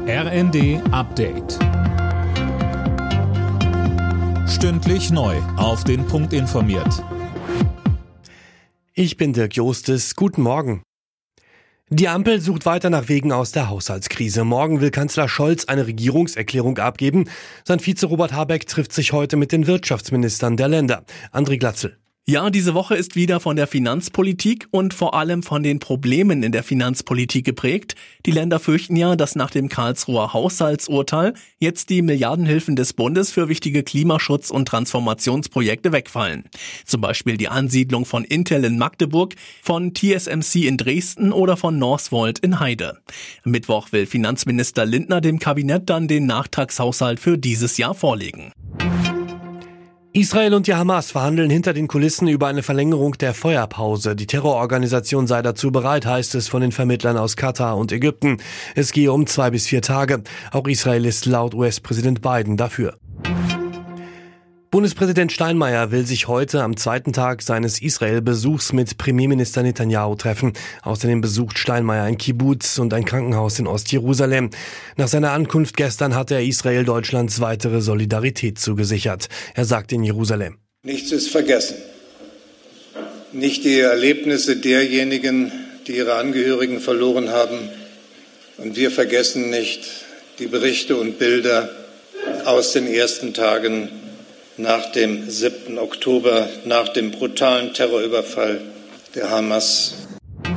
RND Update. Stündlich neu auf den Punkt informiert. Ich bin Dirk Jostes. Guten Morgen. Die Ampel sucht weiter nach Wegen aus der Haushaltskrise. Morgen will Kanzler Scholz eine Regierungserklärung abgeben. Sein Vize Robert Habeck trifft sich heute mit den Wirtschaftsministern der Länder. André Glatzel. Ja, diese Woche ist wieder von der Finanzpolitik und vor allem von den Problemen in der Finanzpolitik geprägt. Die Länder fürchten ja, dass nach dem Karlsruher Haushaltsurteil jetzt die Milliardenhilfen des Bundes für wichtige Klimaschutz- und Transformationsprojekte wegfallen. Zum Beispiel die Ansiedlung von Intel in Magdeburg, von TSMC in Dresden oder von Northvolt in Heide. Am Mittwoch will Finanzminister Lindner dem Kabinett dann den Nachtragshaushalt für dieses Jahr vorlegen. Israel und die Hamas verhandeln hinter den Kulissen über eine Verlängerung der Feuerpause. Die Terrororganisation sei dazu bereit, heißt es von den Vermittlern aus Katar und Ägypten. Es gehe um 2 bis 4 Tage. Auch Israel ist laut US-Präsident Biden dafür. Bundespräsident Steinmeier will sich heute am zweiten Tag seines Israel-Besuchs mit Premierminister Netanyahu treffen. Außerdem besucht Steinmeier ein Kibbuz und ein Krankenhaus in Ostjerusalem. Nach seiner Ankunft gestern hatte er Israel Deutschlands weitere Solidarität zugesichert. Er sagt in Jerusalem: Nichts ist vergessen. Nicht die Erlebnisse derjenigen, die ihre Angehörigen verloren haben. Und wir vergessen nicht die Berichte und Bilder aus den ersten Tagen nach dem 7. Oktober, nach dem brutalen Terrorüberfall der Hamas.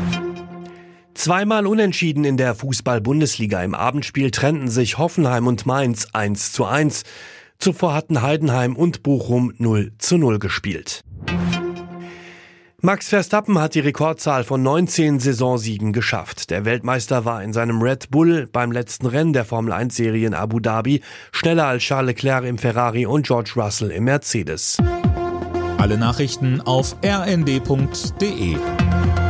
Zweimal unentschieden in der Fußball-Bundesliga. Im Abendspiel trennten sich Hoffenheim und Mainz 1:1. Zuvor hatten Heidenheim und Bochum 0:0 gespielt. Max Verstappen hat die Rekordzahl von 19 Saisonsiegen geschafft. Der Weltmeister war in seinem Red Bull beim letzten Rennen der Formel-1-Serie in Abu Dhabi schneller als Charles Leclerc im Ferrari und George Russell im Mercedes. Alle Nachrichten auf rnd.de.